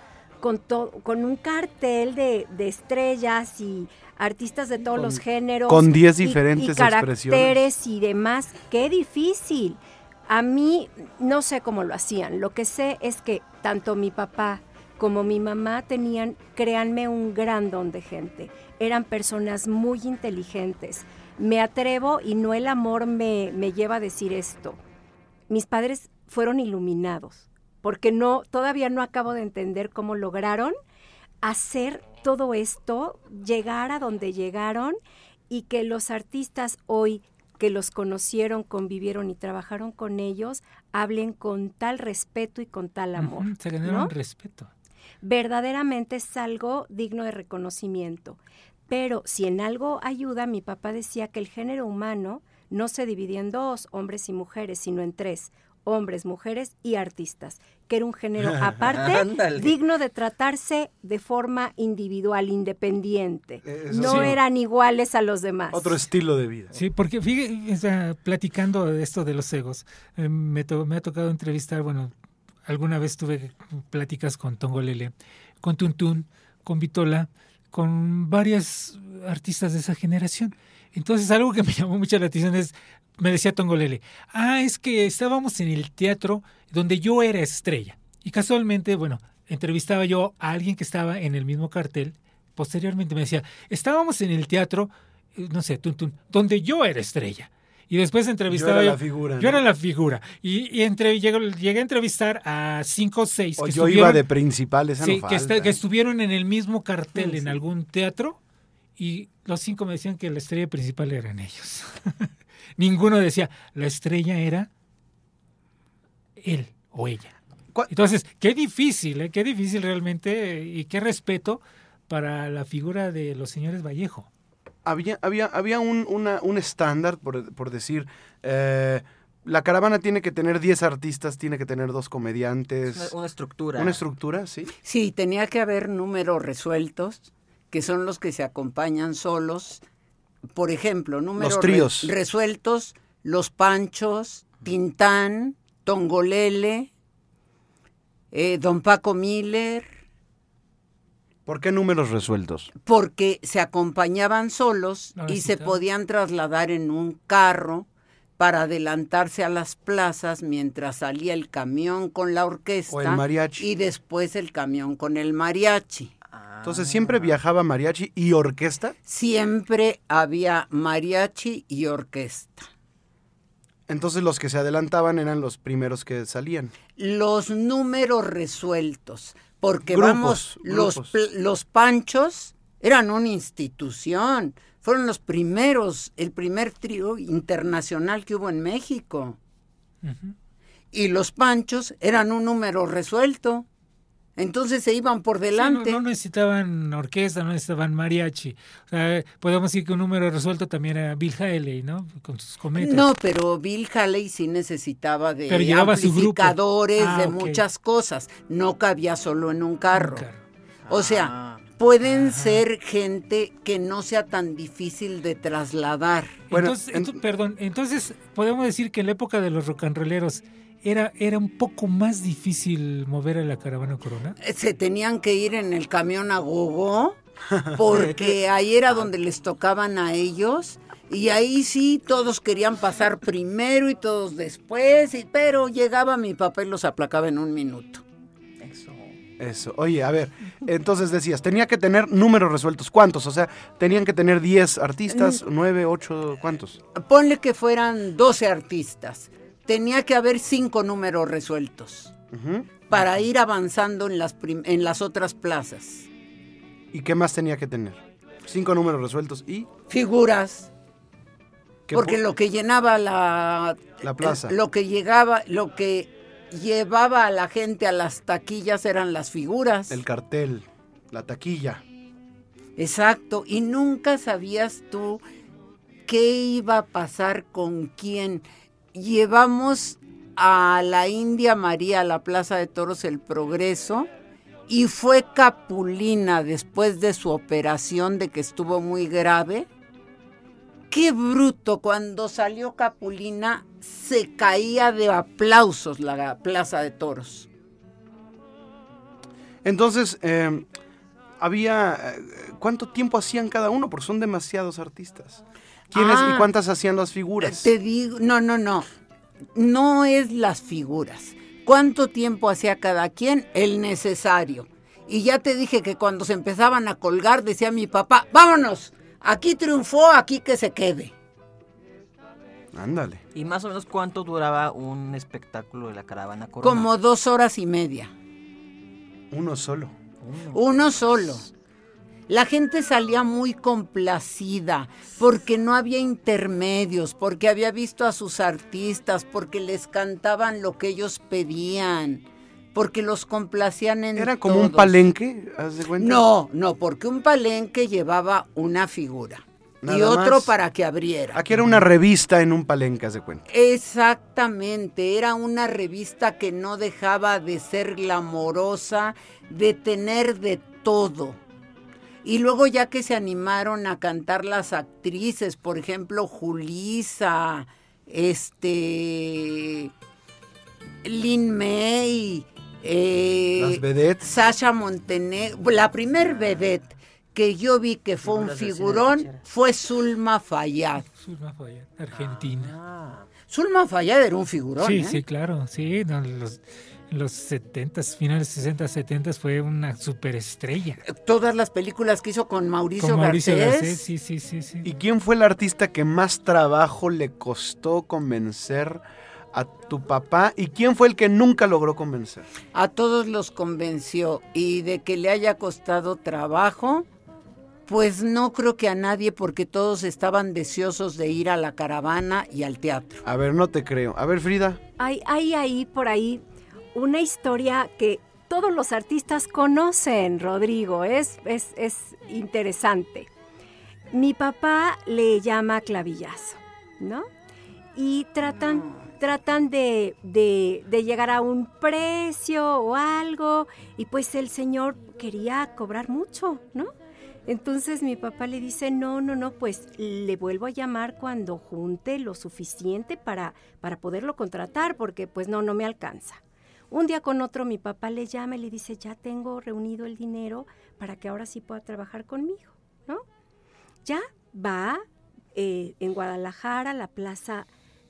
Con un cartel de estrellas y artistas de todos los géneros. Con 10 diferentes y caracteres expresiones. y demás. ¡Qué difícil! A mí no sé cómo lo hacían. Lo que sé es que tanto mi papá como mi mamá tenían, créanme, un gran don de gente. Eran personas muy inteligentes. Me atrevo, y no el amor me lleva a decir esto. Mis padres fueron iluminados, porque todavía no acabo de entender cómo lograron hacer todo esto, llegar a donde llegaron, y que los artistas hoy que los conocieron, convivieron y trabajaron con ellos, hablen con tal respeto y con tal amor. Se ganaron ¿no? respeto. Verdaderamente es algo digno de reconocimiento. Pero si en algo ayuda, mi papá decía que el género humano no se dividía en dos, hombres y mujeres, sino en tres, hombres, mujeres y artistas, que era un género aparte, digno de tratarse de forma individual, independiente. No eran iguales a los demás. Otro estilo de vida. Sí, porque fíjate, platicando de esto de los egos, me ha tocado entrevistar, alguna vez tuve pláticas con Tongolele, con Tuntún, con Vitola, con varias artistas de esa generación. Entonces, algo que me llamó mucho la atención me decía Tongolele, es que estábamos en el teatro donde yo era estrella. Y casualmente, entrevistaba yo a alguien que estaba en el mismo cartel. Posteriormente me decía, estábamos en el teatro, Tuntún, donde yo era estrella. Y después entrevistaba yo. Era la figura, yo era la figura. Y llegué a entrevistar a 5 o 6. O yo iba de principal, esa no falta. Que estuvieron en el mismo cartel en algún teatro. Y los 5 me decían que la estrella principal eran ellos. Ninguno decía, la estrella era él o ella. Entonces, qué difícil realmente, y qué respeto para la figura de los señores Vallejo. Había un estándar, por decir, la caravana tiene que tener 10 artistas, tiene que tener 2 comediantes. Una estructura. Una estructura, sí. Sí, tenía que haber números resueltos, que son los que se acompañan solos. Por ejemplo, números los tríos resueltos, Los Panchos, Tintán, Tongolele, Don Paco Miller. ¿Por qué números resueltos? Porque se acompañaban solos y se podían trasladar en un carro para adelantarse a las plazas mientras salía el camión con la orquesta O el mariachi. y después el camión con el mariachi. Entonces, ¿siempre viajaba mariachi y orquesta? Siempre había mariachi y orquesta. Entonces, los que se adelantaban eran los primeros que salían. Los números resueltos, porque Grupos, los Panchos eran una institución, fueron los primeros, el primer trío internacional que hubo en México. Ujú. Y los Panchos eran un número resuelto. Entonces se iban por delante. Sí, no necesitaban orquesta, no necesitaban mariachi. O sea, podemos decir que un número resuelto también era Bill Haley, ¿no? Con sus cometas. No, pero Bill Haley sí necesitaba de Pero llevaba su grupo. amplificadores, de Ok. muchas cosas. No cabía solo en un carro. Un carro. O sea, pueden ser gente que no sea tan difícil de trasladar. Bueno, Entonces podemos decir que en la época de los rock and rolleros era un poco más difícil mover a la caravana Corona. Se tenían que ir en el camión a gogo, porque ahí era donde les tocaban a ellos. Y ahí sí, todos querían pasar primero y todos después, pero llegaba mi papá y los aplacaba en un minuto. Eso. Oye, a ver, entonces decías, tenía que tener números resueltos. ¿Cuántos? O sea, tenían que tener 10 artistas, 9, 8, ¿cuántos? Ponle que fueran 12 artistas. Tenía que haber 5 números resueltos Ujú. para ir avanzando en las otras plazas. ¿Y qué más tenía que tener? 5 números resueltos y... Figuras. ¿qué Porque po- lo que llenaba la plaza. lo que llevaba a la gente a las taquillas eran las figuras. El cartel, la taquilla. Exacto, y nunca sabías tú qué iba a pasar con quién. Llevamos a la India María a la Plaza de Toros El Progreso y fue Capulina después de su operación de que estuvo muy grave. Qué bruto, cuando salió Capulina se caía de aplausos la Plaza de Toros. Entonces, había... ¿cuánto tiempo hacían cada uno? Porque son demasiados artistas. ¿Quiénes y cuántas hacían las figuras? Te digo, no es las figuras. ¿Cuánto tiempo hacía cada quien? El necesario. Y ya te dije que cuando se empezaban a colgar decía mi papá, vámonos, aquí triunfó, aquí que se quede. Ándale. ¿Y más o menos cuánto duraba un espectáculo de la caravana Corona? Como 2 horas y media. Uno solo. Uno solo. La gente salía muy complacida porque no había intermedios, porque había visto a sus artistas, porque les cantaban lo que ellos pedían, porque los complacían en ¿Era como todos. un palenque? ¿Haz de cuenta? No, porque un palenque llevaba una figura Nada y otro más. para que abriera. Aquí era una revista en un palenque, haz de cuenta. Exactamente, era una revista que no dejaba de ser glamorosa, de tener de todo. Y luego ya que se animaron a cantar las actrices, por ejemplo, Julissa, Lin May, Las vedettes. Sasha Montenegro, la primer vedette que yo vi que fue un Figuras del cine figurón lechera. fue Zulma Fayad. Zulma Fayad, Argentina. Zulma Fayad era un figurón, Sí, ¿eh? sí, claro. Sí, no, en los 70s, finales 60, 70s fue una superestrella. Todas las películas que hizo con Mauricio, Con Mauricio Garcés. Garcés, sí. ¿Y quién fue el artista que más trabajo le costó convencer a tu papá? ¿Y quién fue el que nunca logró convencer? A todos los convenció, y de que le haya costado trabajo, pues no creo que a nadie, porque todos estaban deseosos de ir a la caravana y al teatro. A ver, no te creo. A ver, Frida. Hay ahí, por ahí, una historia que todos los artistas conocen, Rodrigo. Es interesante. Mi papá le llama clavillazo, ¿no? Y tratan de llegar a un precio o algo, y pues el señor quería cobrar mucho, ¿no? Entonces mi papá le dice, no, pues le vuelvo a llamar cuando junte lo suficiente para poderlo contratar, porque pues no me alcanza. Un día con otro mi papá le llama y le dice, ya tengo reunido el dinero para que ahora sí pueda trabajar conmigo, ¿no? Ya va en Guadalajara, la plaza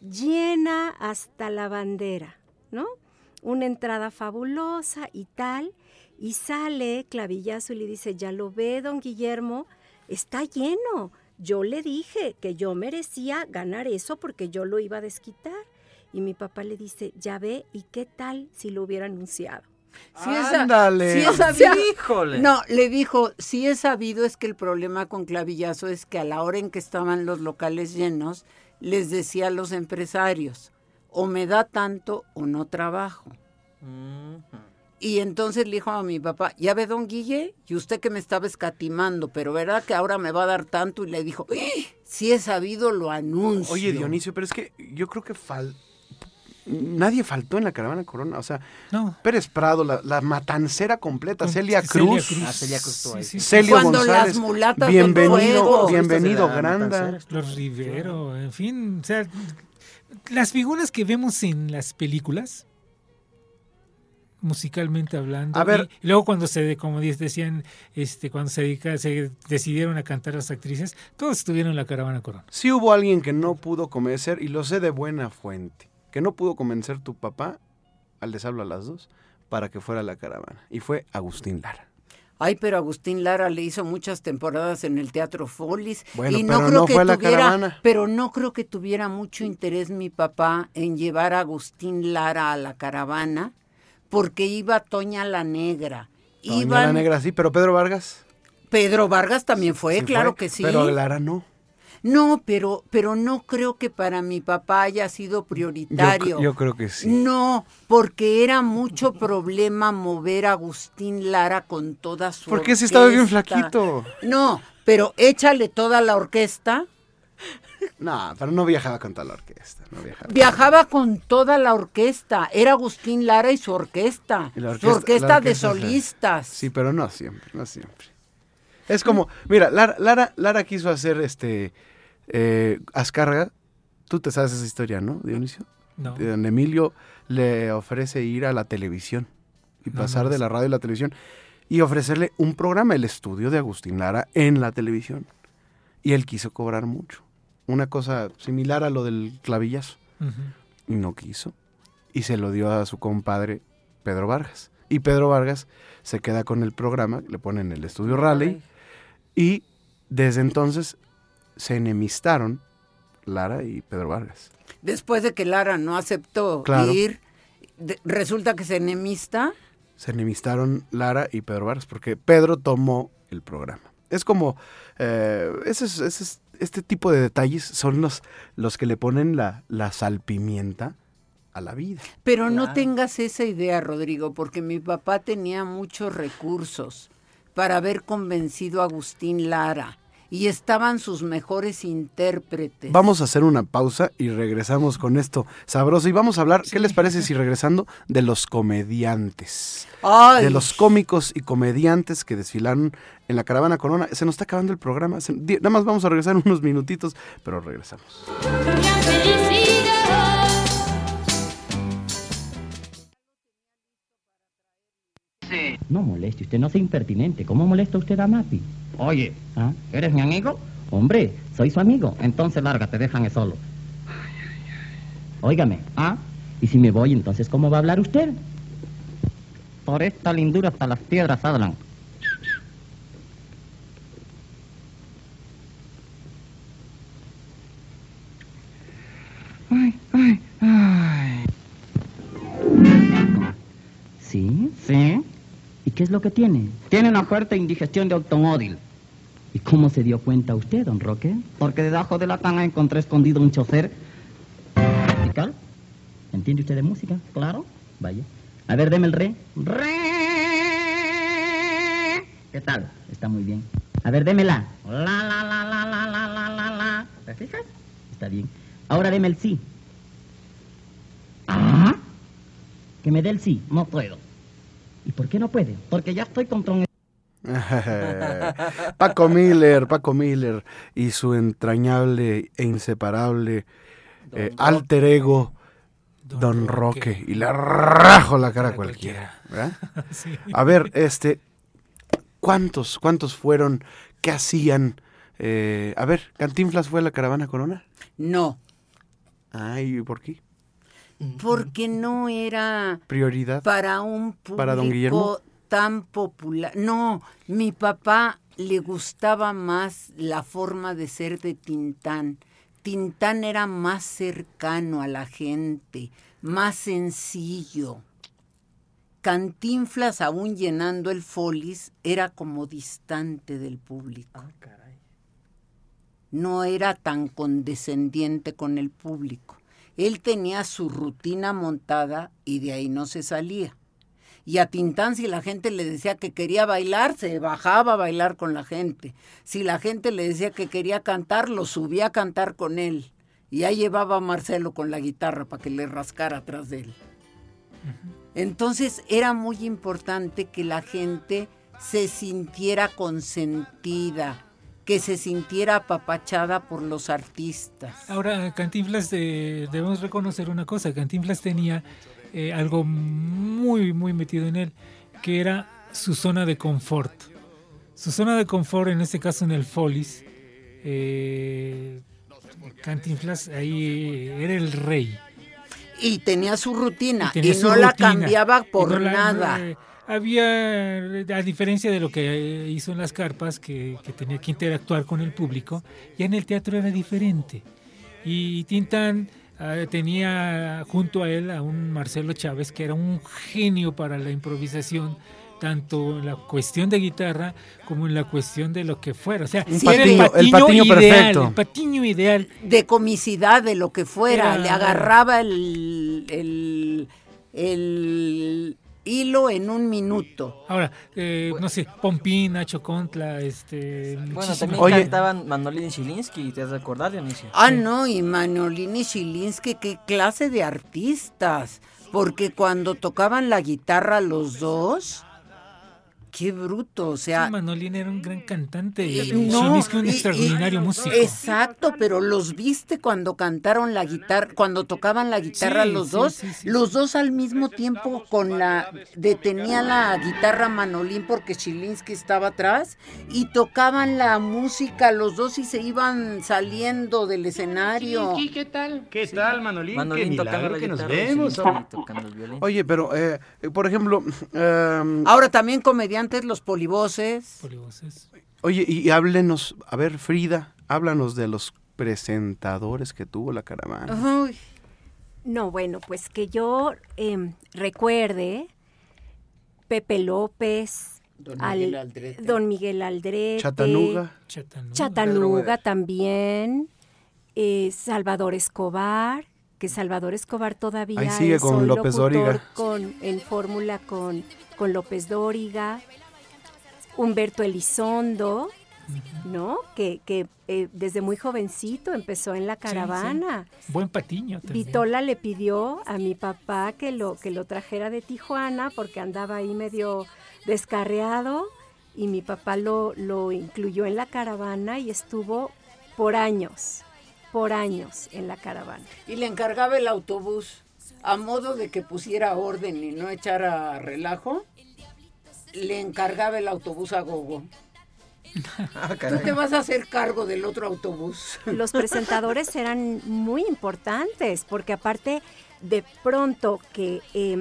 llena hasta la bandera, ¿no? Una entrada fabulosa y tal, y sale Clavillazo y le dice, ya lo ve, don Guillermo, está lleno. Yo le dije que yo merecía ganar eso porque yo lo iba a desquitar. Y mi papá le dice, ya ve, ¿y qué tal si lo hubiera anunciado? ¡Ándale! Si es sabido, ¡Híjole! no, le dijo, si es sabido es que el problema con Clavillazo es que a la hora en que estaban los locales llenos, les decía a los empresarios, o me da tanto o no trabajo. Y entonces le dijo a mi papá, ya ve, don Guille, y usted que me estaba escatimando, pero ¿verdad que ahora me va a dar tanto? Y le dijo, si es sabido, lo anuncio. Oye, Dionisio, pero es que yo creo que nadie faltó en la Caravana Corona. O sea, No. Pérez Prado, la matancera completa, Celia Cruz. Celia Cruz estuvo ahí. Sí, sí. Celio Cuando González. las mulatas del fuego. Bienvenido, De la Granda. Matancera. Los Rivero, en fin, o sea, las figuras que vemos en las películas, musicalmente hablando, A ver. y luego cuando como decían, cuando se decidieron a cantar las actrices, todos estuvieron en la Caravana Corona. Sí hubo alguien que no pudo convencer, y lo sé de buena fuente, que no pudo convencer tu papá, al les hablo a las dos, para que fuera a la caravana. Y fue Agustín Lara. Ay, pero Agustín Lara le hizo muchas temporadas en el Teatro Follis. Bueno, y pero no fue a la caravana. Pero no creo que tuviera mucho interés mi papá en llevar a Agustín Lara a la caravana, porque iba Toña la Negra. Toña la Negra, sí, pero Pedro Vargas. Pedro Vargas también fue, Sí claro fue, que sí. Pero Lara no. No, pero no creo que para mi papá haya sido prioritario. Yo creo que sí. No, porque era mucho problema mover a Agustín Lara con toda su Porque sí estaba bien orquesta. flaquito. No, pero échale toda la orquesta. No, pero no viajaba con toda la orquesta. No viajaba. Viajaba con toda la orquesta. Era Agustín Lara y su orquesta. Y la Su orquesta de sí. solistas. Sí, pero no siempre, no siempre. Es como, mira, Lara quiso hacer Azcárraga. Tú te sabes esa historia, ¿no, Dionisio? No. Don Emilio le ofrece ir a la televisión y pasar de la radio a la televisión y ofrecerle un programa, el estudio de Agustín Lara en la televisión. Y él quiso cobrar mucho. Una cosa similar a lo del Clavillazo. Ujú. Y no quiso. Y se lo dio a su compadre Pedro Vargas. Y Pedro Vargas se queda con el programa, le ponen el estudio Raleigh. Y desde entonces se enemistaron Lara y Pedro Vargas. Después de que Lara no aceptó Claro. ir, resulta que se enemista. Se enemistaron Lara y Pedro Vargas porque Pedro tomó el programa. Es como, este tipo de detalles son los que le ponen la salpimienta a la vida. Pero no Claro. tengas esa idea, Rodrigo, porque mi papá tenía muchos recursos para haber convencido a Agustín Lara y estaban sus mejores intérpretes. Vamos a hacer una pausa y regresamos con esto sabroso. Y vamos a hablar, ¿qué les parece si regresando de los comediantes? Ay. De los cómicos y comediantes que desfilaron en la Caravana Corona. Se nos está acabando el programa. Nada más vamos a regresar unos minutitos, pero regresamos. No moleste usted, no sea impertinente. ¿Cómo molesta usted a Mati? Oye, ¿ah? ¿Eres mi amigo? Hombre, soy su amigo. Entonces lárgate, déjame solo. Óigame, ¿ah? Y si me voy, entonces ¿cómo va a hablar usted? Por esta lindura hasta las piedras hablan. Ay, ay, ay. ¿Sí? Sí. ¿Y qué es lo que tiene? Tiene una fuerte indigestión de automóvil. ¿Y cómo se dio cuenta usted, don Roque? Porque debajo de la cama encontré escondido un chofer musical. ¿Entiende usted de música? Claro. Vaya. A ver, deme el re. Re. ¿Qué tal? Está muy bien. A ver, deme la. La. ¿Te fijas? Está bien. Ahora deme el sí. Ah. Que me dé el sí. No puedo. ¿Y por qué no puede? Porque ya estoy contra un... Paco Miller y su entrañable e inseparable alter ego, Don Roque. Y le rajo la cara a cualquiera. ¿Verdad? Sí. A ver, ¿cuántos fueron? ¿Qué hacían? A ver, ¿Cantinflas fue a la Caravana Corona? No. Ay, ¿por qué? Porque no era Prioridad. para un ¿Para don Guillermo? público tan popular. No, mi papá le gustaba más la forma de ser de Tintán. Tintán era más cercano a la gente, más sencillo. Cantinflas, aún llenando el Folis, era como distante del público. No era tan condescendiente con el público. Él tenía su rutina montada y de ahí no se salía. Y a Tintán, si la gente le decía que quería bailar, se bajaba a bailar con la gente. Si la gente le decía que quería cantar, lo subía a cantar con él. Y ahí llevaba a Marcelo con la guitarra para que le rascara atrás de él. Entonces era muy importante que la gente se sintiera consentida, que se sintiera apapachada por los artistas. Ahora, Cantinflas, debemos reconocer una cosa, Cantinflas tenía algo muy, muy metido en él, que era su zona de confort. Su zona de confort, en este caso en el Folis, Cantinflas ahí era el rey. Y tenía su rutina, y no la cambiaba por nada. Había, a diferencia de lo que hizo en las carpas, que tenía que interactuar con el público, ya en el teatro era diferente. Y Tintán tenía junto a él a un Marcelo Chávez, que era un genio para la improvisación, tanto en la cuestión de guitarra como en la cuestión de lo que fuera. O sea, el patiño ideal, perfecto. El patiño ideal. De comicidad, de lo que fuera. Le agarraba el hilo en un minuto. Ahora, no sé, Pompín, Nacho Contla, Bueno, también cantaban Manolín y Zielinski, ¿te has de acordar, Dionisio? No, y Manolín y Zielinski, qué clase de artistas. Porque cuando tocaban la guitarra los dos, qué bruto, o sea... Sí, Manolín era un gran cantante y Zielinski un extraordinario músico. Exacto, pero los viste cuando cantaron la guitarra, cuando tocaban la guitarra los dos. Los dos al mismo tiempo detenía la guitarra Manolín porque Zielinski estaba atrás y tocaban la música los dos y se iban saliendo del escenario. Sí, ¿qué tal? ¿Qué tal, Manolín? Manolín Qué tocando milagro la que nos guitarra, vemos. tocando el violín. Oye, pero, por ejemplo... Ahora también comediantes, los polivoces. Oye, y háblenos, a ver, Frida, háblanos de los presentadores que tuvo la caravana. Uy. No, bueno, pues que yo recuerde, Pepe López, Don Miguel Aldrete, Chatanuga también, Salvador Escobar, que Salvador Escobar todavía ahí sigue con López Dóriga. En fórmula con López Dóriga, Humberto Elizondo, ¿no? Que desde muy jovencito empezó en la caravana. Sí. Buen patiño también. Vitola le pidió a mi papá que lo trajera de Tijuana porque andaba ahí medio descarriado y mi papá lo incluyó en la caravana y estuvo por años en la caravana. Y le encargaba el autobús, a modo de que pusiera orden y no echara relajo, le encargaba el autobús a Gogo. Tú te vas a hacer cargo del otro autobús. Los presentadores eran muy importantes, porque aparte de pronto que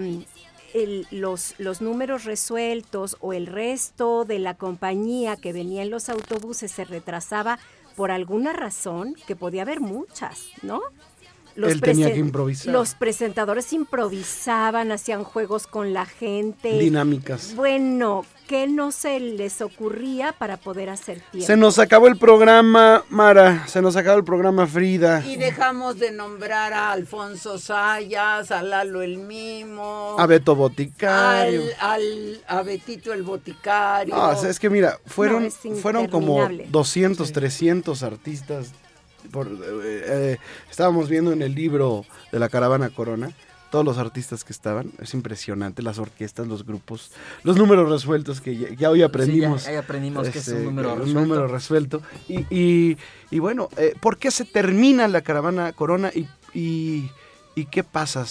los números resueltos o el resto de la compañía que venía en los autobuses se retrasaba por alguna razón, que podía haber muchas, ¿no? Él tenía que improvisar. Los presentadores improvisaban, hacían juegos con la gente. Dinámicas. Bueno, ¿qué no se les ocurría para poder hacer tiempo? Se nos acabó el programa, Mara, se nos acabó el programa, Frida. Y dejamos de nombrar a Alfonso Sayas, a Lalo el Mimo. A Beto Boticario. A Betito el Boticario. Es que mira, fueron como 200, 300 artistas. Estábamos viendo en el libro de la Caravana Corona todos los artistas que estaban, es impresionante, las orquestas, los grupos, los números resueltos que ya hoy aprendimos. Sí, ya aprendimos que es un número resuelto. Un número resuelto. Y bueno, ¿por qué se termina la Caravana Corona y qué pasa?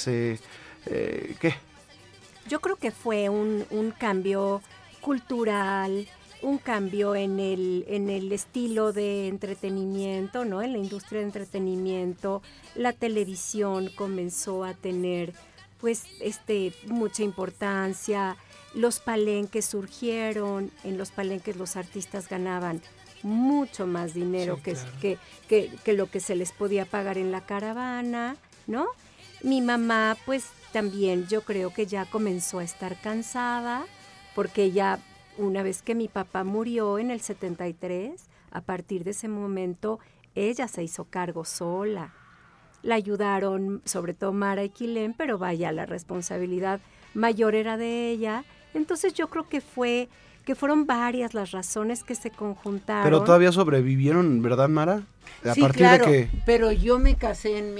¿Qué? Yo creo que fue un cambio cultural, un cambio en el estilo de entretenimiento, ¿no? En la industria de entretenimiento, la televisión comenzó a tener pues mucha importancia, los palenques surgieron, en los palenques los artistas ganaban mucho más dinero Sí, que lo que se les podía pagar en la caravana, ¿no? Mi mamá pues también yo creo que ya comenzó a estar cansada, porque ya una vez que mi papá murió en el 73, a partir de ese momento ella se hizo cargo sola. La ayudaron sobre todo Mara y Quilén, pero vaya, la responsabilidad mayor era de ella. Entonces yo creo que fueron varias las razones que se conjuntaron. Pero todavía sobrevivieron, ¿verdad, Mara? Sí, claro, pero yo me casé en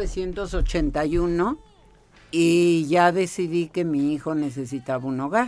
1981 y ya decidí que mi hijo necesitaba un hogar.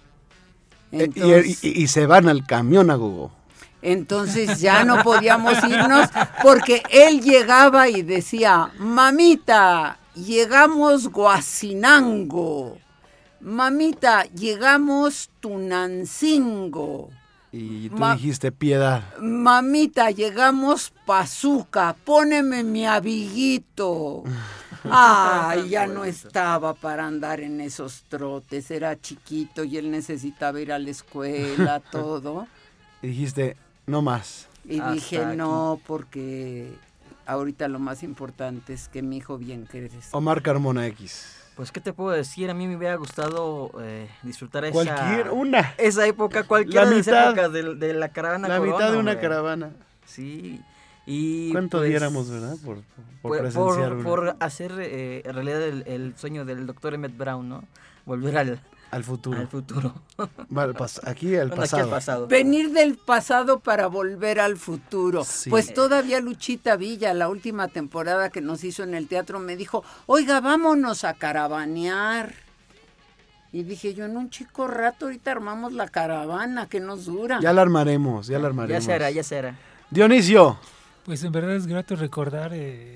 Entonces, y se van al camión, Agogo. Entonces ya no podíamos irnos porque él llegaba y decía, mamita, llegamos Guacinango, mamita, llegamos Tunancingo. Y tú dijiste piedad. Mamita, llegamos Pazuca, póneme mi abiguito. Ay, ya no estaba para andar en esos trotes, era chiquito y él necesitaba ir a la escuela, todo. Y dijiste, no más. Y dije, no, porque ahorita lo más importante es que mi hijo bien crezca. Omar Carmona X. Pues, ¿qué te puedo decir? A mí me hubiera gustado disfrutar esa época, cualquiera de las épocas de la caravana La Corona, mitad de una hombre. caravana. Sí. Y ¿cuánto pues, diéramos, verdad? Por presenciar una. Por hacer en realidad el sueño del doctor Emmett Brown, ¿no? Volver al futuro. Al futuro. Vale, aquí al pasado. Venir del pasado para volver al futuro. Sí. Pues todavía Luchita Villa, la última temporada que nos hizo en el teatro, me dijo, oiga, vámonos a caravanear. Y dije yo, en un chico rato ahorita armamos la caravana, que nos dura. Ya la armaremos. Ya será. Dionisio. Pues en verdad es grato recordar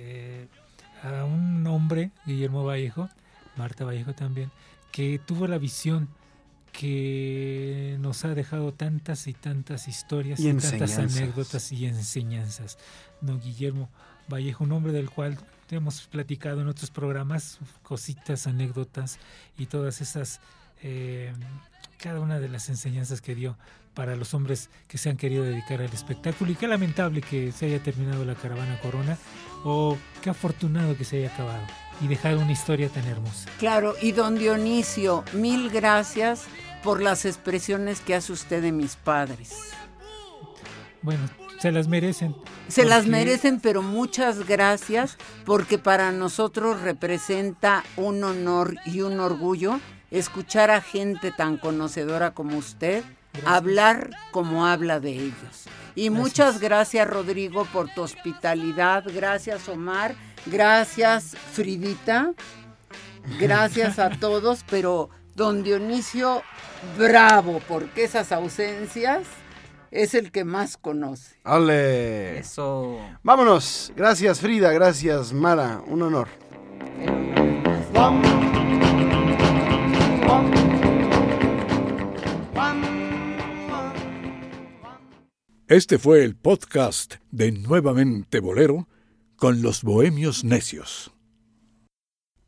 a un hombre, Guillermo Vallejo, Marta Vallejo también, que tuvo la visión, que nos ha dejado tantas y tantas historias y tantas anécdotas y enseñanzas. Don Guillermo Vallejo, un hombre del cual hemos platicado en otros programas, cositas, anécdotas y todas esas, cada una de las enseñanzas que dio para los hombres que se han querido dedicar al espectáculo. Y qué lamentable que se haya terminado la caravana Corona, o qué afortunado que se haya acabado y dejar una historia tan hermosa. Claro, y don Dionisio, 1000 gracias por las expresiones que hace usted de mis padres. Bueno, se las merecen. Se las merecen, pero muchas gracias, porque para nosotros representa un honor y un orgullo escuchar a gente tan conocedora como usted, hablar como habla de ellos. Y muchas gracias, Rodrigo, por tu hospitalidad. Gracias, Omar. Gracias, Fridita. Gracias a todos, pero don Dionisio, bravo, porque esas ausencias es el que más conoce. ¡Ale! Eso. Vámonos. Gracias, Frida. Gracias, Mara. Un honor. Este fue el podcast de Nuevamente Bolero con los Bohemios Necios.